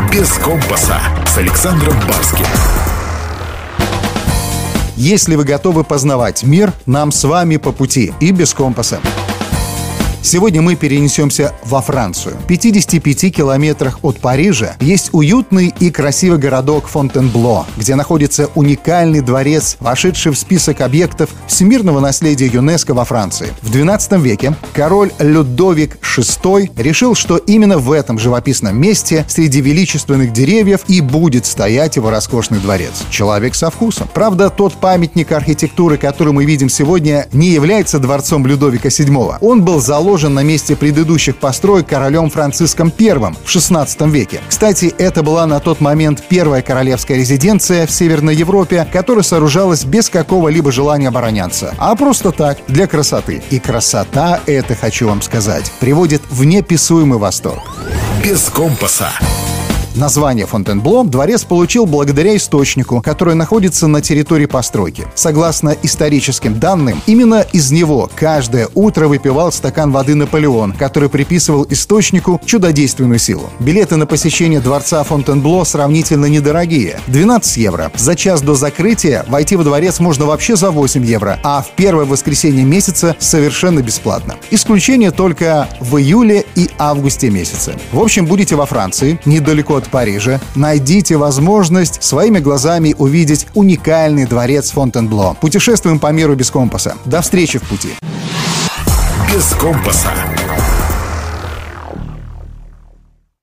«Без компаса» с Александром Барским. Если вы готовы познавать мир, нам с вами по пути и без компаса. Сегодня мы перенесемся во Францию. В 55 километрах от Парижа есть уютный и красивый городок Фонтенбло, где находится уникальный дворец, вошедший в список объектов всемирного наследия ЮНЕСКО во Франции. В XII веке король Людовик VI решил, что именно в этом живописном месте среди величественных деревьев и будет стоять его роскошный дворец. Человек со вкусом. Правда, тот памятник архитектуры, который мы видим сегодня, не является дворцом Людовика VII. Он был заложен на месте предыдущих построек королем Франциском I в XVI веке. Кстати, это была на тот момент первая королевская резиденция в Северной Европе, которая сооружалась без какого-либо желания обороняться, а просто так, для красоты. И красота, это, хочу вам сказать, приводит в неописуемый восторг. «Без компаса». Название Фонтенбло дворец получил благодаря источнику, который находится на территории постройки. Согласно историческим данным, именно из него каждое утро выпивал стакан воды Наполеон, который приписывал источнику чудодейственную силу. Билеты на посещение дворца Фонтенбло сравнительно недорогие – 12 евро. За час до закрытия войти во дворец можно вообще за 8 евро, а в первое воскресенье месяца совершенно бесплатно. Исключение только в июле и августе месяце. В общем, будете во Франции, недалеко от Парижа, найдите возможность своими глазами увидеть уникальный дворец Фонтенбло. Путешествуем по миру без компаса. До встречи в пути. «Без компаса».